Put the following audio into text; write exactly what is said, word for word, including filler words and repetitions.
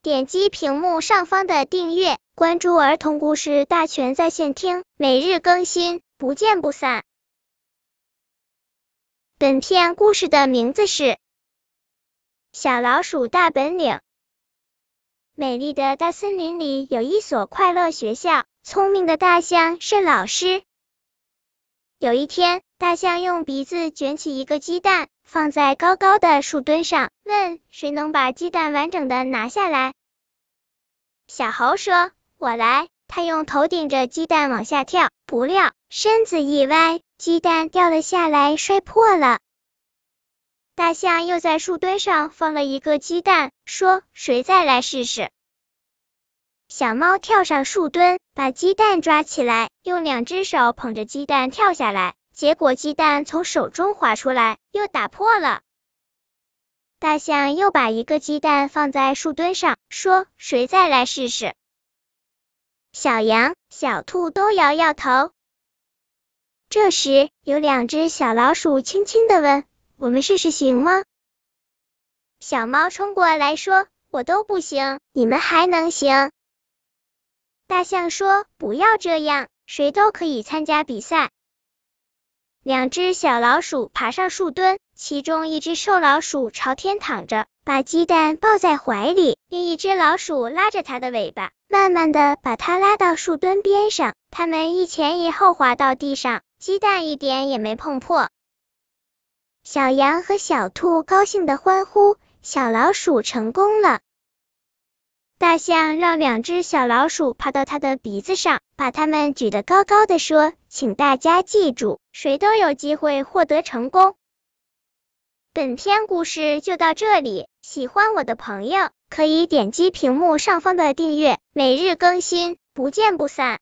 点击屏幕上方的订阅，关注儿童故事大全在线听，每日更新，不见不散。本片故事的名字是《小老鼠大本领》。美丽的大森林里有一所快乐学校，聪明的大象是老师。有一天，大象用鼻子卷起一个鸡蛋，放在高高的树墩上，问谁能把鸡蛋完整的拿下来。小猴说，我来。他用头顶着鸡蛋往下跳，不料身子一歪，鸡蛋掉了下来，摔破了。大象又在树墩上放了一个鸡蛋，说谁再来试试。小猫跳上树墩，把鸡蛋抓起来，用两只手捧着鸡蛋跳下来，结果鸡蛋从手中滑出来，又打破了。大象又把一个鸡蛋放在树墩上，说谁再来试试。小羊、小兔都摇摇头。这时，有两只小老鼠轻轻地问，我们试试行吗？小猫冲过来说，我都不行，你们还能行。大象说，不要这样，谁都可以参加比赛。两只小老鼠爬上树墩，其中一只瘦老鼠朝天躺着，把鸡蛋抱在怀里，另一只老鼠拉着它的尾巴，慢慢的把它拉到树墩边上，它们一前一后滑到地上，鸡蛋一点也没碰破。小羊和小兔高兴的欢呼，小老鼠成功了。大象让两只小老鼠爬到它的鼻子上，把它们举得高高的说，请大家记住，谁都有机会获得成功。本篇故事就到这里，喜欢我的朋友可以点击屏幕上方的订阅，每日更新，不见不散。